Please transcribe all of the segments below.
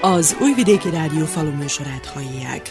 Az Újvidéki Rádió faluműsorát hallják.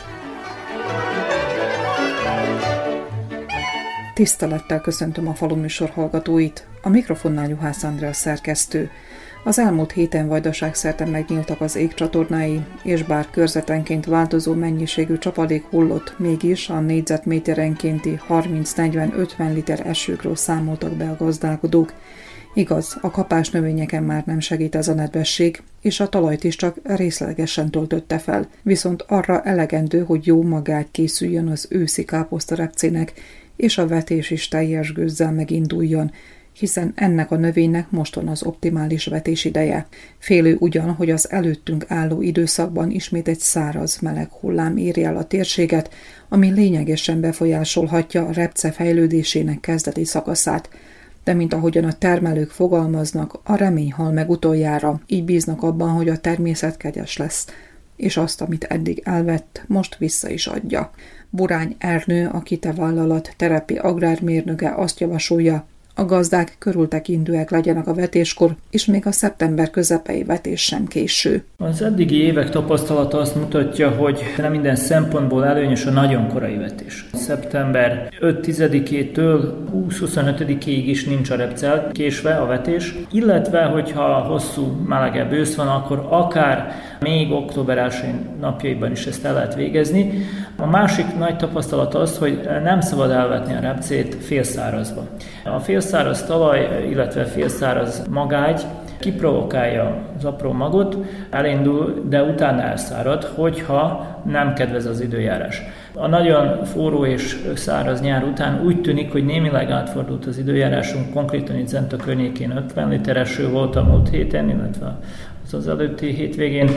Tisztelettel köszöntöm a faluműsor hallgatóit. A mikrofonnál Juhász Andrea szerkesztő. Az elmúlt héten Vajdaságszerte megnyíltak az égcsatornái, és bár körzetenként változó mennyiségű csapadék hullott, mégis a négyzetméterenkénti 30-40-50 liter esőkről számoltak be a gazdálkodók. Igaz, a kapás növényeken már nem segít ez a nedvesség, és a talajt is csak részlegesen töltötte fel, viszont arra elegendő, hogy jó magágy készüljön az őszi káposztarepcének, és a vetés is teljes gőzzel meginduljon, hiszen ennek a növénynek most van az optimális vetés ideje. Félő ugyan, hogy az előttünk álló időszakban ismét egy száraz, meleg hullám éri el a térséget, ami lényegesen befolyásolhatja a repce fejlődésének kezdeti szakaszát. De mint ahogyan a termelők fogalmaznak, a remény hal meg utoljára, így bíznak abban, hogy a természet kegyes lesz, és azt, amit eddig elvett, most vissza is adja. Burány Ernő, a Kite vállalat terepi agrármérnöke azt javasolja, a gazdák körültekintőek legyenek a vetéskor, és még a szeptember közepei vetés sem késő. Az eddigi évek tapasztalata azt mutatja, hogy nem minden szempontból előnyös a nagyon korai vetés. Szeptember 5-10-től 20-25-ig is nincs a repce késve a vetés, illetve hogyha hosszú, melegebb ősz van, akkor akár még október 1 napjaiban is ezt el lehet végezni. A másik nagy tapasztalat az, hogy nem szabad elvetni a repcét félszárazba. A félszáraz talaj, illetve félszáraz magágy kiprovokálja az apró magot, elindul, de utána elszárad, hogyha nem kedvez az időjárás. A nagyon forró és száraz nyár után úgy tűnik, hogy némileg átfordult az időjárásunk, konkrétan itt Zenta környékén 50 liter eső volt a múlt héten, illetve az előtti hétvégén,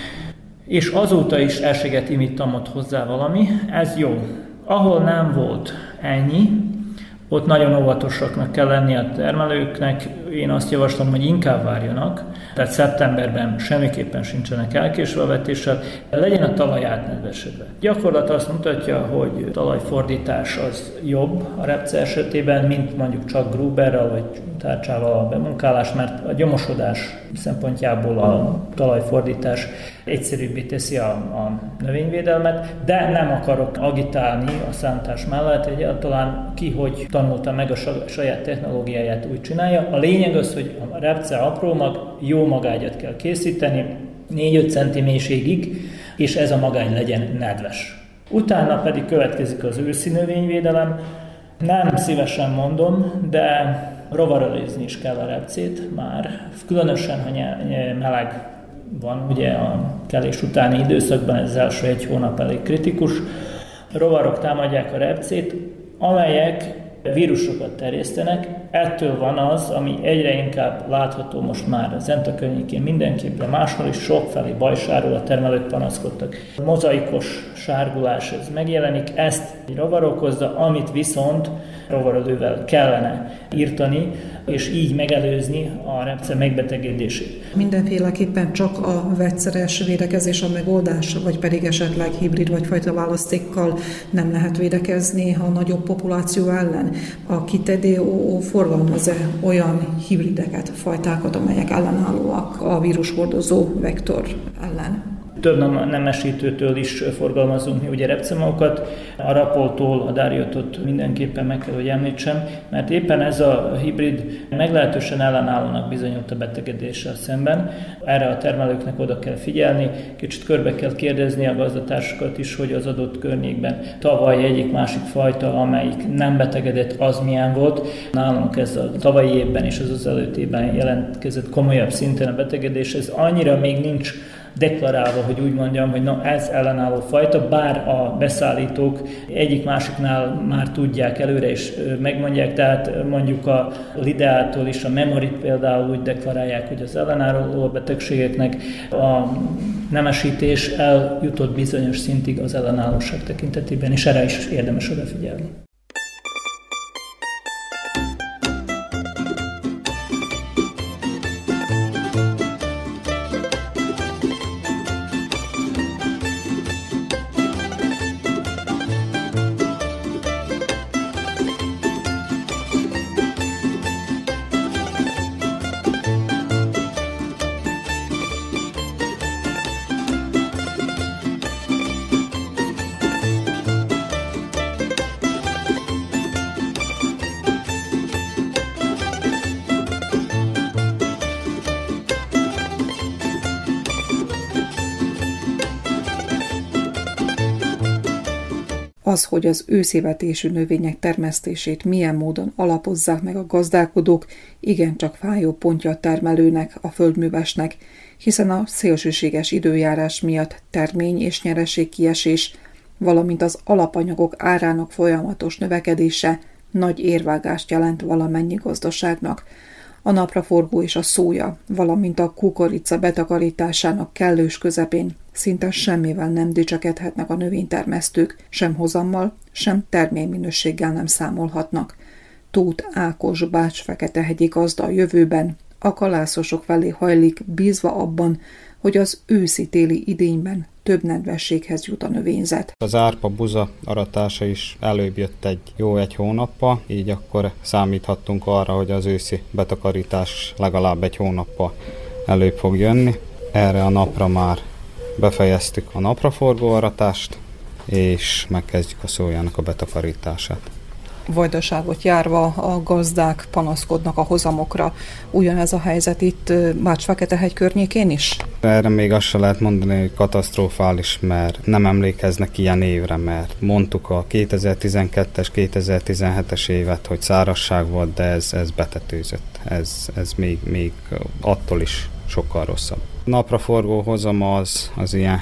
és azóta is elséget imittamott hozzá valami, ez jó. Ahol nem volt ennyi, ott nagyon óvatosaknak kell lenni a termelőknek, én azt javaslom, hogy inkább várjanak, tehát szeptemberben semmiképpen sincsenek elkésve a vetéssel, legyen a talaj átnedvesedve. Gyakorlat azt mutatja, hogy talajfordítás az jobb a repce esetében, mint mondjuk csak Gruberrel vagy tárcsával a bemunkálás, mert a gyomosodás szempontjából a talajfordítás egyszerűbbé teszi a növényvédelmet, de nem akarok agitálni a szántás mellett, egyáltalán ki, hogy tanulta meg a saját technológiáját, úgy csinálja. A lényeg az, hogy a repce apró mag, jó magágyat kell készíteni, 4-5 cm mélységig, és ez a magány legyen nedves. Utána pedig következik az őszi növényvédelem. Nem szívesen mondom, de rovarölőzni is kell a repcét már, különösen, ha meleg van, ugye a kelés utáni időszakban ez az első 1 hónap elég kritikus. Rovarok támadják a repcét, amelyek vírusokat terjesztenek. Ettől van az, ami egyre inkább látható most már a Zenta környékén mindenképp, de máshol is sokfelé bajsáról a termelők panaszkodtak. A mozaikos sárgulás ez megjelenik, ezt egy rovar okozza, amit viszont rovarölővel kellene írtani, és így megelőzni a repce megbetegedését. Mindenféleképpen csak a vegyszeres védekezés a megoldás, vagy pedig esetleg hibrid vagy fajta választékkal nem lehet védekezni a nagyobb populáció ellen. A Kite DOO forgalmaz-e olyan hibrideket, fajtákat, amelyek ellenállóak a vírushordozó vektor ellen? Több nemesítőtől is forgalmazunk mi ugye repcemagokat, a Rapoltól a Dariotot mindenképpen meg kell, hogy említsem, mert éppen ez a hibrid meglehetősen ellenállónak bizonyult a betegedéssel szemben. Erre a termelőknek oda kell figyelni, kicsit körbe kell kérdezni a gazdatársakat is, hogy az adott környékben tavaly egyik másik fajta, amelyik nem betegedett, az milyen volt. Nálunk ez a tavalyi évben és az előtt évben jelentkezett komolyabb szinten a betegedés, ez annyira még nincs deklarálva, hogy úgy mondjam, hogy na, ez ellenálló fajta, bár a beszállítók egyik-másiknál már tudják előre és megmondják, tehát mondjuk a Lideától is a Memorit például úgy deklarálják, hogy az ellenálló betegségeknek a nemesítés eljutott bizonyos szintig az ellenállóság tekintetében, és erre is érdemes odafigyelni. Az, hogy az őszivetésű növények termesztését milyen módon alapozzák meg a gazdálkodók, igencsak fájó pontja a termelőnek, a földművesnek, hiszen a szélsőséges időjárás miatt termény és nyereségkiesés, valamint az alapanyagok árának folyamatos növekedése nagy érvágást jelent valamennyi gazdaságnak. A napraforgó és a szója, valamint a kukorica betakarításának kellős közepén szinte semmivel nem dicsekedhetnek a növénytermesztők, sem hozammal, sem terményminőséggel nem számolhatnak. Tóth Ákos bács-feketehegyi gazda a jövőben a kalászosok felé hajlik, bízva abban, hogy az őszi-téli idényben több nedvességhez jut a növényzet. Az árpa buza aratása is előbb jött egy hónappal, így akkor számíthattunk arra, hogy az őszi betakarítás legalább egy hónappal előbb fog jönni. Erre a napra már befejeztük a napraforgó aratást, és megkezdjük a szójának a betakarítását. Vajdaságot járva a gazdák panaszkodnak a hozamokra. Ugyanez a helyzet itt Bács-Feketehegy környékén is? Erre még azt se lehet mondani, hogy katasztrofális, mert nem emlékeznek ilyen évre, mert mondtuk a 2012-es, 2017-es évet, hogy szárazság volt, de ez betetőzött. Ez még attól is sokkal rosszabb. A napraforgó hozama az ilyen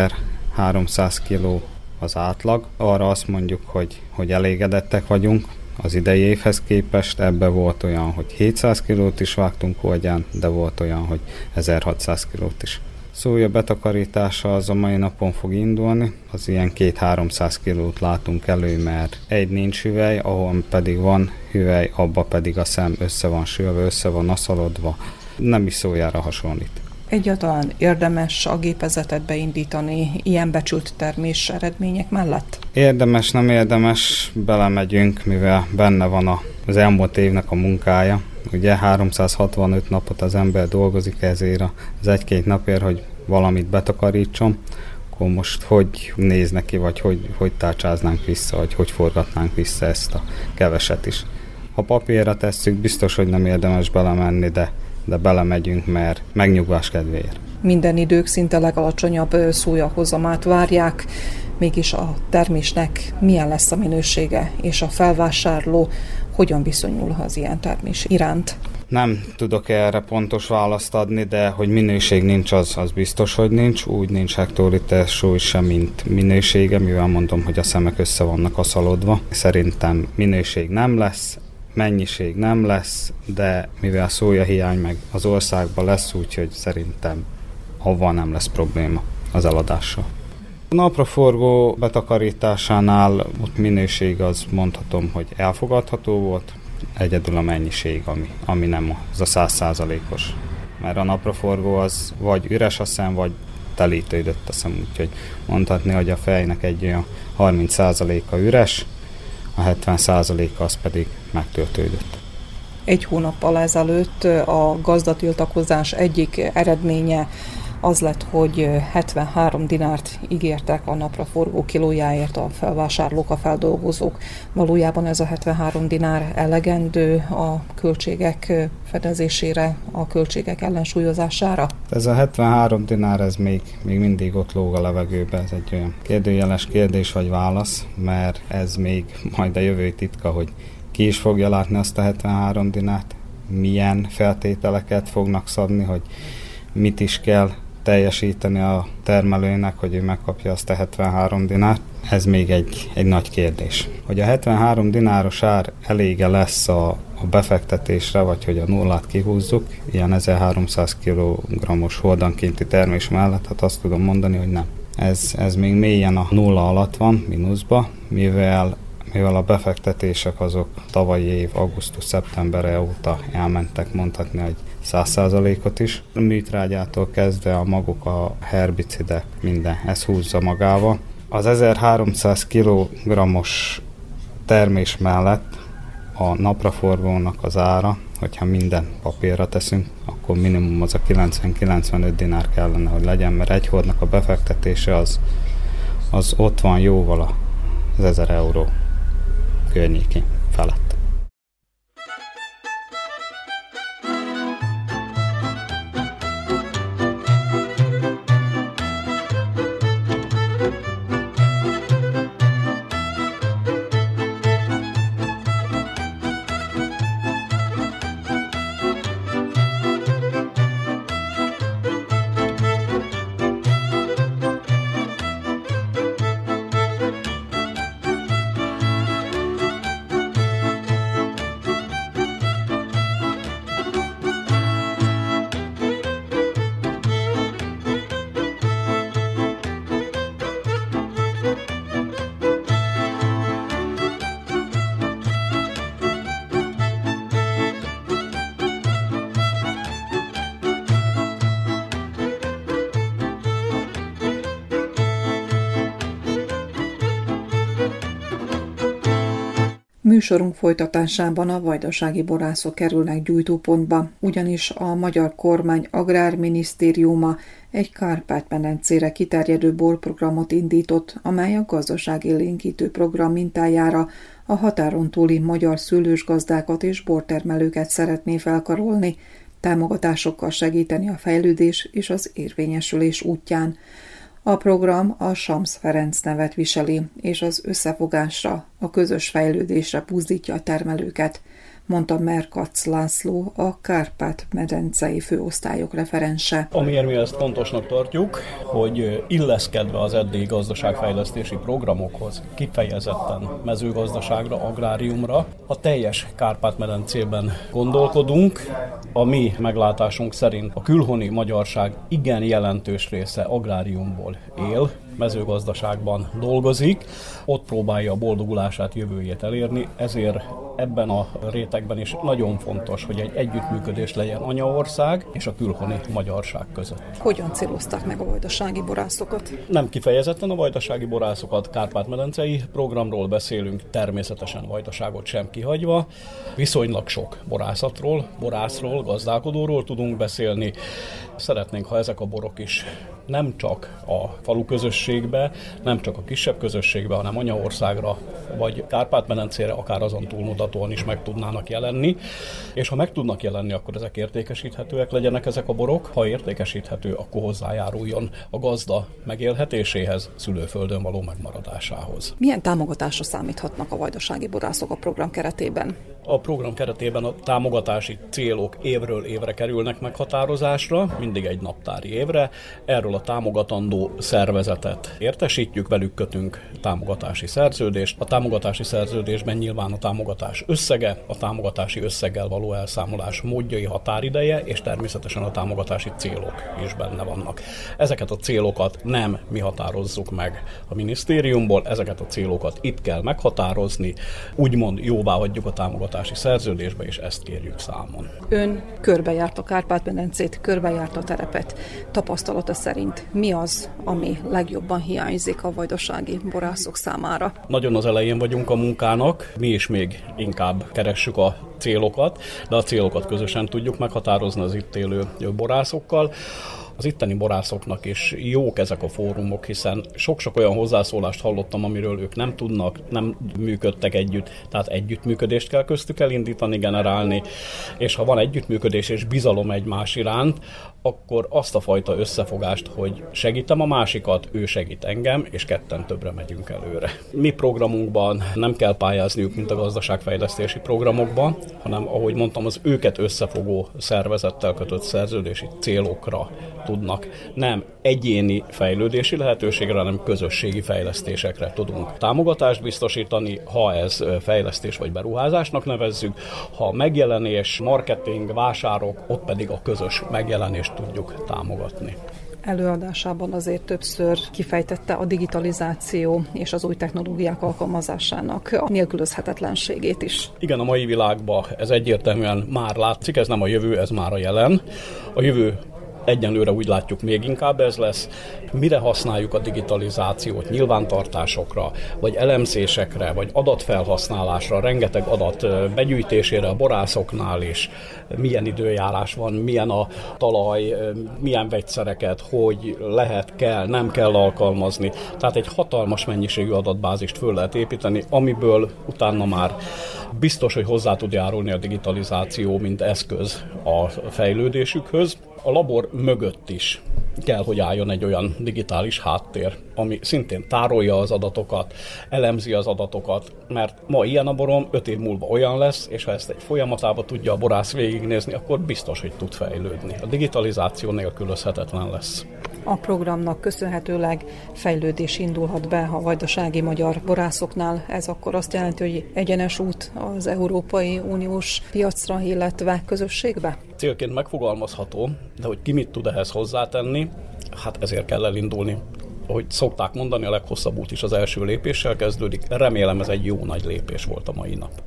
1300 kg az átlag. Arra azt mondjuk, hogy elégedettek vagyunk az idei évhez képest. Ebbe volt olyan, hogy 700 kilót is vágtunk oldján, de volt olyan, hogy 1600 kilót is. Szója betakarítása az a mai napon fog indulni, az ilyen 200-300 kilót látunk elő, mert egy nincs hüvely, ahol pedig van hüvely, abba pedig a szem össze van sülve, össze van aszalodva, nem is szójára hasonlít. Egyáltalán érdemes a gépezetet beindítani ilyen becsült termés eredmények mellett? Érdemes, nem érdemes, belemegyünk, mivel benne van az elmúlt évnek a munkája. Ugye 365 napot az ember dolgozik ezért az egy-két napért, hogy valamit betakarítson, akkor most hogy néz neki, vagy hogy tárcsáznánk vissza, vagy hogy forgatnánk vissza ezt a keveset is. Ha papírra tesszük, biztos, hogy nem érdemes belemenni, de belemegyünk, mert megnyugvás kedvéért. Minden idők szinte legalacsonyabb szójahozamát várják, mégis a termésnek milyen lesz a minősége, és a felvásárló hogyan viszonyul az ilyen termés iránt? Nem tudok erre pontos választ adni, de hogy minőség nincs, az biztos, hogy nincs. Úgy nincs hektoliter só sem, mint minősége, mivel mondom, hogy a szemek össze vannak aszalodva. Szerintem minőség nem lesz, mennyiség nem lesz, de mivel szójahiány meg az országban lesz, úgyhogy szerintem avval nem lesz probléma az eladással. A napraforgó betakarításánál ott minőség az mondhatom, hogy elfogadható volt, egyedül a mennyiség, ami nem az a 100%-os. Mert a napraforgó az vagy üres a szem, vagy telítődött a szem, úgyhogy mondhatni, hogy a fejnek egy olyan 30%-a üres, a 70%-a az pedig megtöltődött. Egy hónappal ezelőtt a gazdatiltakozás egyik eredménye az lett, hogy 73 dinárt ígértek a napraforgó kilójáért a felvásárlók, a feldolgozók. Valójában ez a 73 dinár elegendő a költségek fedezésére, a költségek ellensúlyozására? Ez a 73 dinár, ez még mindig ott lóg a levegőbe, ez egy olyan kérdőjeles kérdés vagy válasz, mert ez még majd a jövő titka, hogy ki is fogja látni azt a 73 dinárt, milyen feltételeket fognak szabni, hogy mit is kell teljesíteni a termelőnek, hogy ő megkapja azt a 73 dinárt. Ez még egy nagy kérdés. Hogy a 73 dináros ár elége lesz a befektetésre, vagy hogy a nullát kihúzzuk, ilyen 1300 kg-os hordankénti termés mellett, hát azt tudom mondani, hogy nem. Ez még mélyen a nulla alatt van, mínuszba, mivel a befektetések azok tavalyi év augusztus-szeptembere óta elmentek, mondhatni, hogy 100%-ot is. A műtrágyától kezdve a maguk, a herbicide, minden, ez húzza magával. Az 1300 kg-os termés mellett a napraforgónak az ára, hogyha minden papírra teszünk, akkor minimum az a 90-95 dinár kellene, hogy legyen, mert egy hordnak a befektetése az ott van jóval az 1000 euró környékén felett. műsorunk folytatásában a vajdasági borászok kerülnek gyújtópontba, ugyanis a magyar kormány agrárminisztériuma egy Kárpát-medencére kiterjedő borprogramot indított, amely a gazdaságélénkítő program mintájára a határon túli magyar szőlősgazdákat és bortermelőket szeretné felkarolni, támogatásokkal segíteni a fejlődés és az érvényesülés útján. A program a Sams Ferenc nevet viseli, és az összefogásra, a közös fejlődésre buzdítja a termelőket, mondta Merkac László, a Kárpát-medencei főosztályok referense. Amiért mi ezt fontosnak tartjuk, hogy illeszkedve az eddigi gazdaságfejlesztési programokhoz, kifejezetten mezőgazdaságra, agráriumra, a teljes Kárpát-medencében gondolkodunk. A mi meglátásunk szerint a külhoni magyarság igen jelentős része agráriumból él, mezőgazdaságban dolgozik, ott próbálja a boldogulását, jövőjét elérni, ezért ebben a rétegben is nagyon fontos, hogy egy együttműködés legyen anyaország és a külhoni magyarság között. Hogyan célozták meg a vajdasági borászokat? Nem kifejezetten a vajdasági borászokat, Kárpát-medencei programról beszélünk, természetesen Vajdaságot sem kihagyva. Viszonylag sok borászról, gazdálkodóról tudunk beszélni. Szeretnénk, ha ezek a borok is nem csak a falu közösségbe, nem csak a kisebb közösségbe, hanem anyaországra vagy Kárpát-medencére, akár azon túlmutatóan is meg tudnának jelenni. És ha meg tudnak jelenni, akkor ezek értékesíthetőek legyenek ezek a borok. Ha értékesíthető, akkor hozzájáruljon a gazda megélhetéséhez, szülőföldön való megmaradásához. Milyen támogatásra számíthatnak a vajdasági borászok a program keretében? A program keretében a támogatási célok évről évre kerülnek meghatározásra, mindig egy naptári évre. Erről a támogatandó szervezetet értesítjük, velük kötünk támogatási szerződést. A támogatási szerződésben nyilván a támogatás összege, a támogatási összeggel való elszámolás módjai, határideje, és természetesen a támogatási célok is benne vannak. Ezeket a célokat nem mi határozzuk meg a minisztériumból, ezeket a célokat itt kell meghatározni, úgymond jóváhagyjuk a támogatási szerződésbe, és ezt kérjük számon. Ön körbejárt a Kárpát-medencét, körbejárt a terepet. Tapasztalata szerint mi az, ami legjobban hiányzik a vajdasági borászok számára? Nagyon az elején vagyunk a munkának, mi is még inkább keressük a célokat, de a célokat közösen tudjuk meghatározni az itt élő borászokkal. Az itteni borászoknak is jók ezek a fórumok, hiszen sok-sok olyan hozzászólást hallottam, amiről ők nem tudnak, nem működtek együtt, tehát együttműködést kell köztük elindítani, generálni, és ha van együttműködés és bizalom egymás iránt, akkor azt a fajta összefogást, hogy segítem a másikat, ő segít engem, és ketten többre megyünk előre. Mi programunkban nem kell pályázniuk, mint a gazdaságfejlesztési programokban, hanem, ahogy mondtam, az őket összefogó szervezettel kötött szerződési célokra tudnak nem egyéni fejlődési lehetőségre, hanem közösségi fejlesztésekre tudunk támogatást biztosítani, ha ez fejlesztés vagy beruházásnak nevezzük, ha megjelenés, marketing, vásárok, ott pedig a közös megjelenést tudjuk támogatni. Előadásában azért többször kifejtette a digitalizáció és az új technológiák alkalmazásának a nélkülözhetetlenségét is. Igen, a mai világban ez egyértelműen már látszik, ez nem a jövő, ez már a jelen. A jövő egyenlőre úgy látjuk, még inkább ez lesz. Mire használjuk a digitalizációt? Nyilvántartásokra, vagy elemzésekre, vagy adatfelhasználásra, rengeteg adat begyűjtésére a borászoknál is. Milyen időjárás van, milyen a talaj, milyen vegyszereket, hogy lehet, kell, nem kell alkalmazni. Tehát egy hatalmas mennyiségű adatbázist föl lehet építeni, amiből utána már biztos, hogy hozzá tud járulni a digitalizáció, mint eszköz a fejlődésükhöz. A labor mögött is kell, hogy álljon egy olyan digitális háttér, ami szintén tárolja az adatokat, elemzi az adatokat, mert ma ilyen a borom, 5 év múlva olyan lesz, és ha ezt egy folyamatában tudja a borász végignézni, akkor biztos, hogy tud fejlődni. A digitalizáció nélkülözhetetlen lesz. A programnak köszönhetőleg fejlődés indulhat be a vajdasági magyar borászoknál. Ez akkor azt jelenti, hogy egyenes út az Európai Uniós piacra, illetve közösségbe? Célként megfogalmazható, de hogy ki mit tud ehhez hozzátenni, hát ezért kell elindulni. Ahogy szokták mondani, a leghosszabb út is az első lépéssel kezdődik. Remélem, ez egy jó nagy lépés volt a mai nap.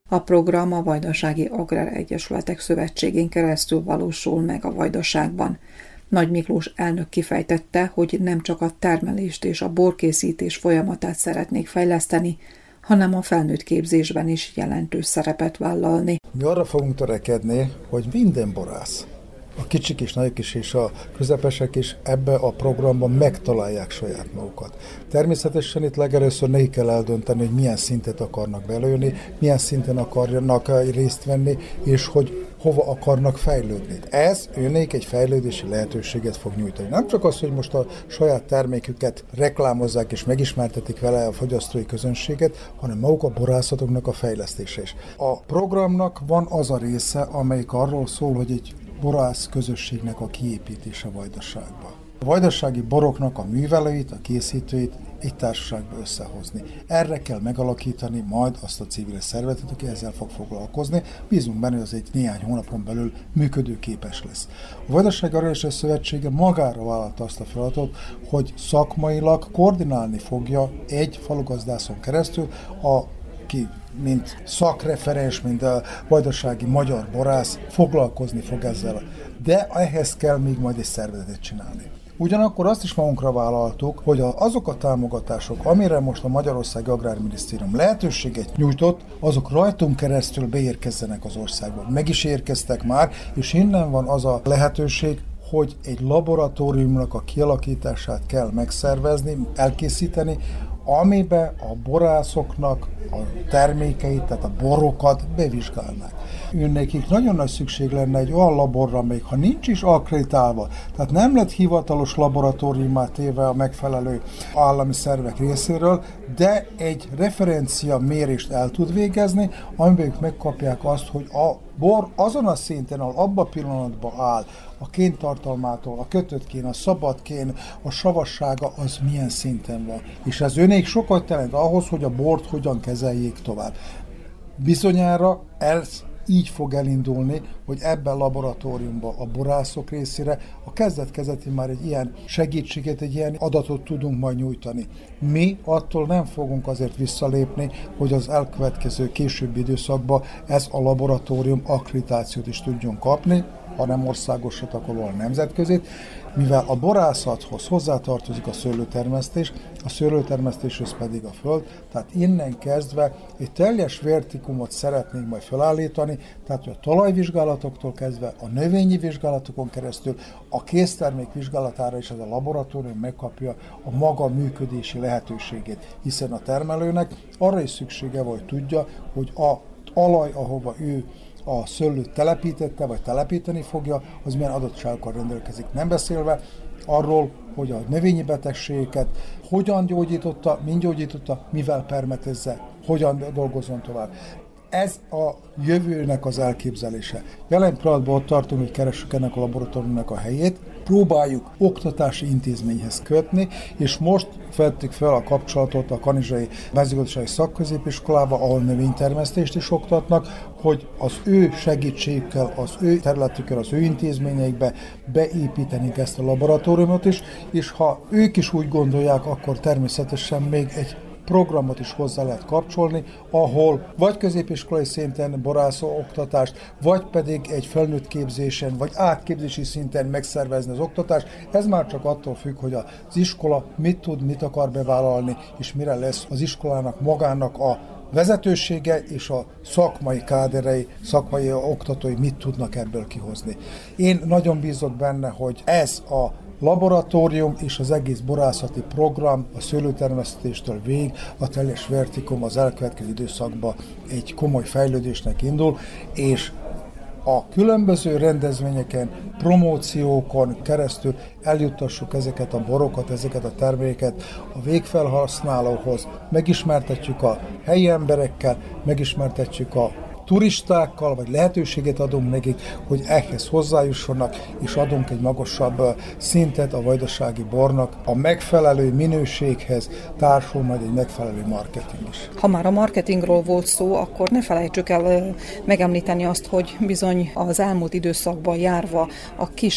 A program a Vajdasági Agrár Egyesületek Szövetségén keresztül valósul meg a Vajdaságban. Nagy Miklós elnök kifejtette, hogy nem csak a termelést és a borkészítés folyamatát szeretnék fejleszteni, hanem a felnőtt képzésben is jelentős szerepet vállalni. Mi arra fogunk törekedni, hogy minden borász, a kicsik is, nagyok is és a közepesek is ebbe a programban megtalálják saját magukat. Természetesen itt legelőször neki kell eldönteni, hogy milyen szintet akarnak belőni, milyen szinten akarnak részt venni, és hogy hova akarnak fejlődni. Ez őnék egy fejlődési lehetőséget fog nyújtani. Nem csak az, hogy most a saját terméküket reklámozzák és megismertetik vele a fogyasztói közönséget, hanem maguk a borászatoknak a fejlesztése is. A programnak van az a része, amelyik arról szól, hogy egy borász közösségnek a kiépítése Vajdaságban. A vajdasági boroknak a művelőit, a készítőit egy társaságba összehozni. Erre kell megalakítani majd azt a civil szervezetet, aki ezzel fog foglalkozni. Bízunk benne, hogy az egy néhány hónapon belül működőképes lesz. A Vajdasági Agrár Szövetsége magára vállalta azt a feladatot, hogy szakmailag koordinálni fogja egy falugazdászon keresztül aki mint szakreferens, mint a vajdasági magyar borász foglalkozni fog ezzel. De ehhez kell még majd egy szervezetet csinálni. Ugyanakkor azt is magunkra vállaltuk, hogy azok a támogatások, amire most a Magyarországi Agrárminisztérium lehetőséget nyújtott, azok rajtunk keresztül beérkezzenek az országba. Meg is érkeztek már, és innen van az a lehetőség, hogy egy laboratóriumnak a kialakítását kell megszervezni, elkészíteni, amiben a borászoknak a termékeit, tehát a borokat bevizsgálnák. Nekik nagyon nagy szükség lenne egy olyan laborra, még ha nincs is akkreditálva, tehát nem lett hivatalos laboratóriumá téve a megfelelő állami szervek részéről, de egy referencia mérést el tud végezni, amiben ők megkapják azt, hogy a bor azon a szinten, ahol abban a pillanatban áll, a kéntartalmától, a kötött kén, a szabad kén, a savassága, az milyen szinten van. És ez önék sokat jelent ahhoz, hogy a bort hogyan kezeljék tovább. Bizonyára ez így fog elindulni, hogy ebben a laboratóriumban a borászok részére a kezdet-kezdetén már egy ilyen segítséget, egy ilyen adatot tudunk majd nyújtani. Mi attól nem fogunk azért visszalépni, hogy az elkövetkező későbbi időszakban ez a laboratórium akkreditációt is tudjon kapni, ha nem országosat, akkor valami nemzetközit, mivel a borászathoz hozzátartozik a szőlőtermesztés, a szőlőtermesztéshez pedig a föld, tehát innen kezdve egy teljes vertikumot szeretnénk majd felállítani, tehát a talajvizsgálatoktól kezdve a növényi vizsgálatokon keresztül a késztermék vizsgálatára is ez a laboratórium megkapja a maga működési lehetőségét, hiszen a termelőnek arra is szüksége van, hogy tudja, hogy a talaj, ahova ő a szőlőt telepítette, vagy telepíteni fogja, az milyen adottságokkal rendelkezik. Nem beszélve arról, hogy a növényi betegségeket hogyan gyógyította, mind gyógyította, mivel permetezze, hogyan dolgozzon tovább. Ez a jövőnek az elképzelése. Jelen pillanatban ott tartunk, hogy keressük ennek a laboratóriumnak a helyét, próbáljuk oktatási intézményhez kötni, és most vettük fel a kapcsolatot a Kanizsai Mezőgazdasági Szakközépiskolába, ahol növénytermesztést is oktatnak, hogy az ő segítségükkel, az ő területükkel, az ő intézményeikbe beépítenik ezt a laboratóriumot is, és ha ők is úgy gondolják, akkor természetesen még egy programot is hozzá lehet kapcsolni, ahol vagy középiskolai szinten borászó oktatást, vagy pedig egy felnőtt képzésen, vagy átképzési szinten megszervezni az oktatást. Ez már csak attól függ, hogy az iskola mit tud, mit akar bevállalni, és mire lesz az iskolának magának a vezetősége és a szakmai káderei, szakmai oktatói mit tudnak ebből kihozni. Én nagyon bízok benne, hogy ez a laboratórium és az egész borászati program a szőlőtermesztéstől végig a teljes vertikum az elkövetkező időszakban egy komoly fejlődésnek indul, és a különböző rendezvényeken, promóciókon keresztül eljuttassuk ezeket a borokat, ezeket a terméket a végfelhasználóhoz, megismertetjük a helyi emberekkel, megismertetjük a turistákkal, vagy lehetőséget adunk nekik, hogy ehhez hozzájussanak, és adunk egy magasabb szintet a vajdasági bornak. A megfelelő minőséghez társul majd egy megfelelő marketing is. Ha már a marketingről volt szó, akkor ne felejtsük el megemlíteni azt, hogy bizony az elmúlt időszakban járva a kis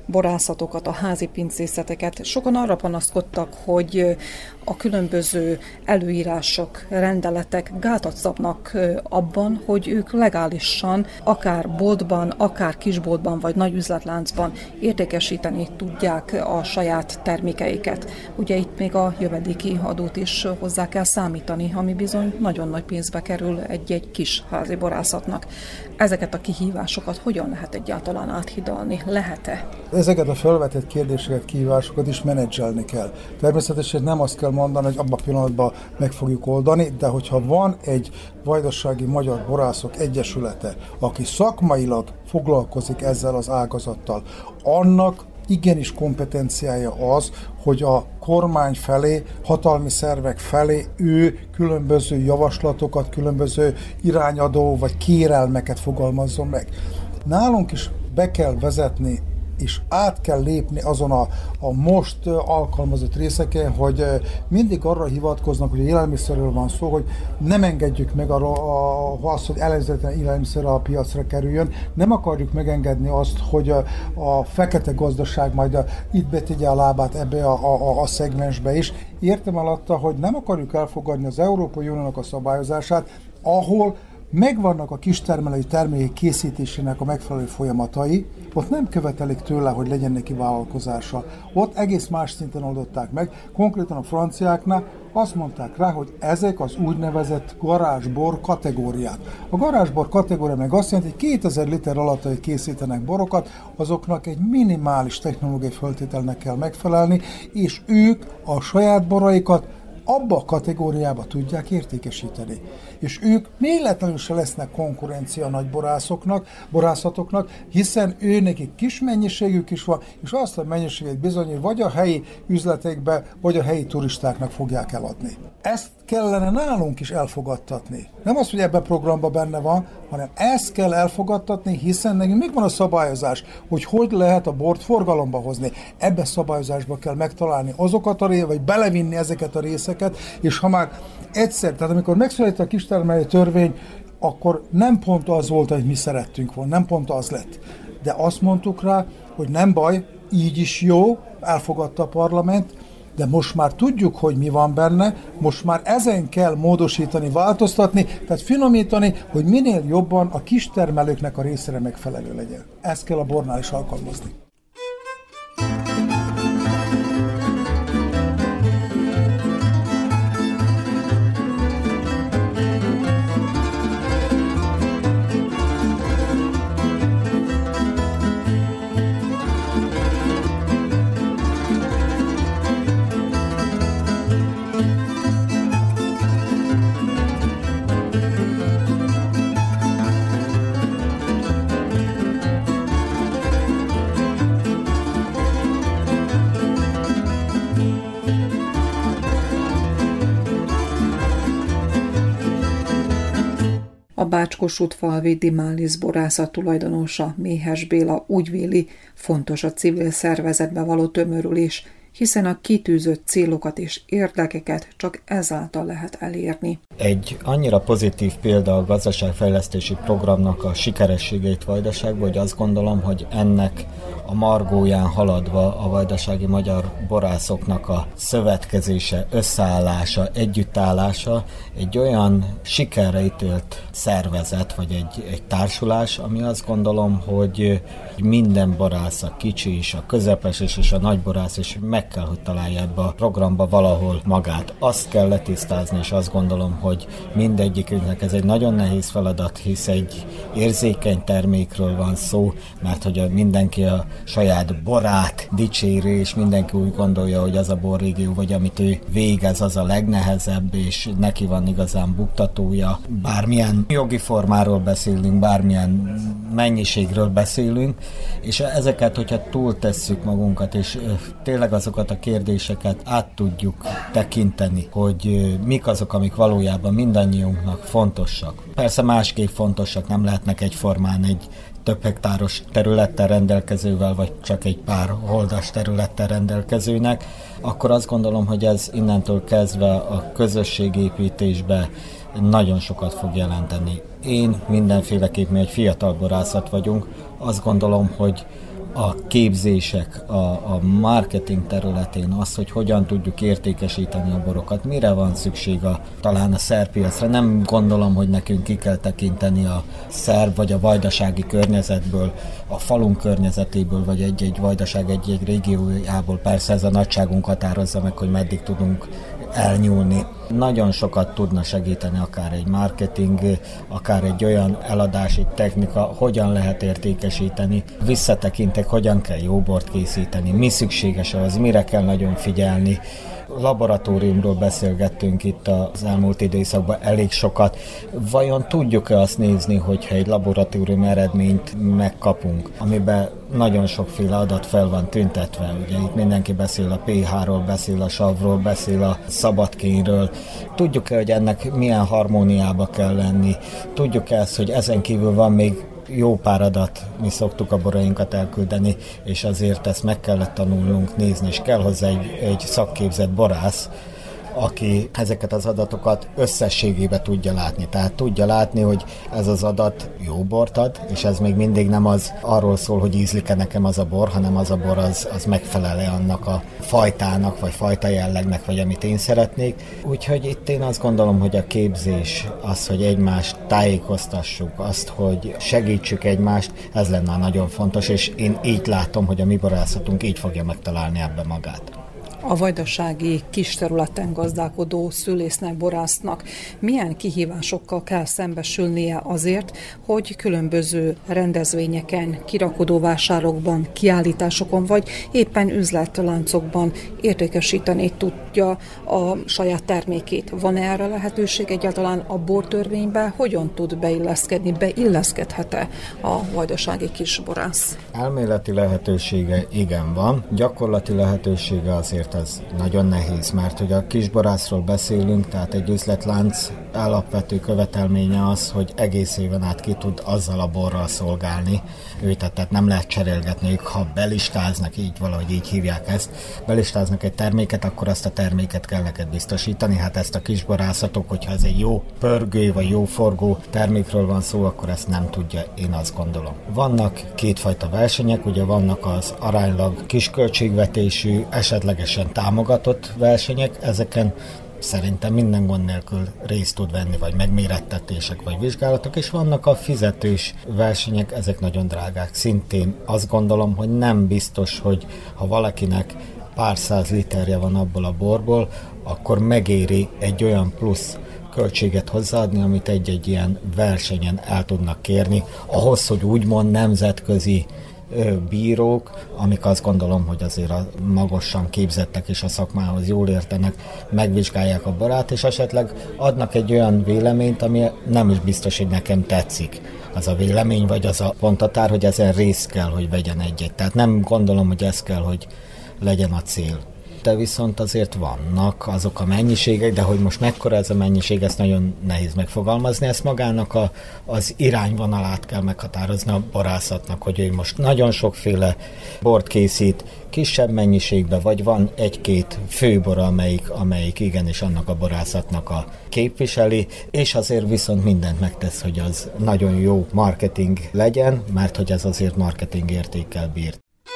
borászatokat, a házi pincészeteket. Sokan arra panaszkodtak, hogy a különböző előírások, rendeletek gátat szabnak abban, hogy ők legálisan, akár boltban, akár kisboltban vagy nagy üzletláncban értékesíteni tudják a saját termékeiket. Ugye itt még a jövedéki adót is hozzá kell számítani, ami bizony nagyon nagy pénzbe kerül egy kis házi borászatnak. Ezeket a kihívásokat hogyan lehet egyáltalán áthidalni? Lehet-e? Ezeket a felvetett kérdéseket, kihívásokat is menedzselni kell. Természetesen nem azt kell mondani, hogy abban a pillanatban meg fogjuk oldani, de hogyha van egy Vajdasági Magyar Borászok Egyesülete, aki szakmailag foglalkozik ezzel az ágazattal, annak igenis kompetenciája az, hogy a kormány felé, hatalmi szervek felé ő különböző javaslatokat, különböző irányadó vagy kérelmeket fogalmazzon meg. Nálunk is be kell vezetni, és át kell lépni azon a most alkalmazott részeken, hogy mindig arra hivatkoznak, hogy a élelmiszerről van szó, hogy nem engedjük meg azt, hogy ellenzetlen élelmiszer a piacra kerüljön. Nem akarjuk megengedni azt, hogy a fekete gazdaság majd itt betegye a lábát ebbe a szegmensbe is. Értem alatta, hogy nem akarjuk elfogadni az Európai Uniónak a szabályozását, ahol megvannak a kistermelői termékek készítésének a megfelelő folyamatai, ott nem követelik tőle, hogy legyen neki vállalkozása. Ott egész más szinten oldották meg. Konkrétan a franciáknál azt mondták rá, hogy ezek az úgynevezett garázsbor kategóriák. A garázsbor kategória meg azt jelenti, hogy 2000 liter alatt, hogy készítenek borokat, azoknak egy minimális technológiai feltételnek kell megfelelni, és ők a saját boraikat abba a kategóriába tudják értékesíteni. És ők véletlenül se lesznek konkurencia a nagy borászatoknak, hiszen nekik kis mennyiségük is van, és azt a mennyiséget bizony vagy a helyi üzletekbe, vagy a helyi turistáknak fogják eladni. Ezt kellene nálunk is elfogadtatni. Nem az, hogy ebben a programban benne van, hanem ezt kell elfogadtatni, hiszen nekünk még van a szabályozás, hogy lehet a bort forgalomba hozni. Ebbe a szabályozásba kell megtalálni azokat vagy belevinni ezeket a részeket, és ha már egyszer, tehát amikor megszületett a kistermelői törvény, akkor nem pont az volt, hogy mi szerettünk volna, nem pont az lett. De azt mondtuk rá, hogy nem baj, így is jó, elfogadta a parlament, de most már tudjuk, hogy mi van benne, most már ezen kell módosítani, változtatni, tehát finomítani, hogy minél jobban a kistermelőknek a részére megfelelő legyen. Ezt kell a bornál is alkalmazni. A Bács-Kossuth-falvi Dimális borászat tulajdonosa, Méhes Béla úgy véli, fontos a civil szervezetbe való tömörülés, hiszen a kitűzött célokat és érdekeket csak ezáltal lehet elérni. Egy annyira pozitív példa a gazdaságfejlesztési programnak a sikerességeit Vajdaságban, hogy azt gondolom, hogy ennek a margóján haladva a vajdasági magyar borászoknak a szövetkezése, összeállása, együttállása egy olyan sikerre ítélt szervezet, vagy egy társulás, ami azt gondolom, hogy minden borász, a kicsi is, a közepes is, és a nagy borász is meg kell, hogy találja ebbe a programba valahol magát. Azt kell letisztázni, és azt gondolom, hogy mindegyikünknek ez egy nagyon nehéz feladat, hisz egy érzékeny termékről van szó, mert hogy mindenki a saját borát dicséri, és mindenki úgy gondolja, hogy az a borrégió, vagy amit ő végez, az a legnehezebb, és neki van igazán buktatója. Bármilyen jogi formáról beszélünk, bármilyen mennyiségről beszélünk, és ezeket, hogyha túltesszük magunkat, és tényleg azokat a kérdéseket át tudjuk tekinteni, hogy mik azok, amik valójában mindannyiunknak fontosak. Persze másképp fontosak, nem lehetnek egyformán egy több hektáros területtel rendelkezővel, vagy csak egy pár holdas területtel rendelkezőnek, akkor azt gondolom, hogy ez innentől kezdve a közösségépítésbe nagyon sokat fog jelenteni. Én mindenféleképp, mi egy fiatal borászat vagyunk, azt gondolom, hogy a képzések, a marketing területén, az, hogy hogyan tudjuk értékesíteni a borokat, mire van szükség talán a szerpiacra. Nem gondolom, hogy nekünk ki kell tekinteni a szerb vagy a vajdasági környezetből, a falunk környezetéből, vagy egy vajdaság egy régiójából. Persze ez a nagyságunk határozza meg, hogy meddig tudunk elnyúlni. Nagyon sokat tudna segíteni akár egy marketing, akár egy olyan eladási technika, hogyan lehet értékesíteni. Visszatekintek, hogyan kell jó bort készíteni, mi szükséges ahhoz, mire kell nagyon figyelni. Laboratóriumról beszélgettünk itt az elmúlt időszakban elég sokat. Vajon tudjuk-e azt nézni, hogyha egy laboratórium eredményt megkapunk, amiben nagyon sokféle adat fel van tüntetve. Ugye itt mindenki beszél a pH-ról, beszél a savról, beszél a szabadkényről. Tudjuk-e, hogy ennek milyen harmóniába kell lenni? Tudjuk-e ezt, hogy ezen kívül van még jó pár adat, mi szoktuk a borainkat elküldeni, és azért ezt meg kellett tanulnunk nézni, és kell hozzá egy szakképzett borász, aki ezeket az adatokat összességében tudja látni. Tehát tudja látni, hogy ez az adat jó bort ad, és ez még mindig nem az arról szól, hogy ízlik-e nekem az a bor, hanem az a bor az megfelel-e annak a fajtának, vagy fajta jellegnek, vagy amit én szeretnék. Úgyhogy itt én azt gondolom, hogy a képzés, az, hogy egymást tájékoztassuk, azt, hogy segítsük egymást, ez lenne nagyon fontos, és én így látom, hogy a mi borászatunk így fogja megtalálni ebben magát. A vajdasági kis területen gazdálkodó szülésznek, borásznak milyen kihívásokkal kell szembesülnie azért, hogy különböző rendezvényeken, kirakodóvásárokban, kiállításokon vagy éppen üzletláncokban értékesíteni tudja a saját termékét. Van-e erre lehetőség egyáltalán a bortörvénybe? Hogyan tud beilleszkedhet-e a vajdasági kisborász? Elméleti lehetősége igen van, gyakorlati lehetősége azért ez nagyon nehéz, mert hogy a kisborászról beszélünk, tehát egy üzletlánc alapvető követelménye az, hogy egész éven át ki tud azzal a borral szolgálni őt, tehát nem lehet cserélgetni ők, ha belistáznak, így valahogy így hívják ezt, belistáznak egy terméket, akkor azt a terméket kell neked biztosítani, hát ezt a kisborászatok, hogyha ez egy jó pörgő vagy jó forgó termékről van szó, akkor ezt nem tudja, én azt gondolom. Vannak kétfajta versenyek, ugye vannak az aránylag kisköltségvetésű, esetlegesen támogatott versenyek, ezeken szerintem minden gond nélkül részt tud venni, vagy megmérettetések, vagy vizsgálatok, és vannak a fizetős versenyek, ezek nagyon drágák. Szintén azt gondolom, hogy nem biztos, hogy ha valakinek pár száz literje van abból a borból, akkor megéri egy olyan plusz költséget hozzáadni, amit egy-egy ilyen versenyen el tudnak kérni, ahhoz, hogy úgymond nemzetközi bírók, amik azt gondolom, hogy azért magasan képzettek és a szakmához jól értenek, megvizsgálják a borát, és esetleg adnak egy olyan véleményt, ami nem is biztos, hogy nekem tetszik az a vélemény, vagy az a pontatár, hogy ezen részt kell, hogy vegyen egyet. Tehát nem gondolom, hogy ez kell, hogy legyen a cél. De viszont azért vannak azok a mennyiségek, de hogy most mekkora ez a mennyiség, ezt nagyon nehéz megfogalmazni, ezt magának az irányvonalát kell meghatározni a borászatnak, hogy ő most nagyon sokféle bort készít, kisebb mennyiségben, vagy van egy-két főbor, amelyik igenis annak a borászatnak a képviseli, és azért viszont mindent megtesz, hogy az nagyon jó marketing legyen, mert hogy ez azért marketing értékkel bír.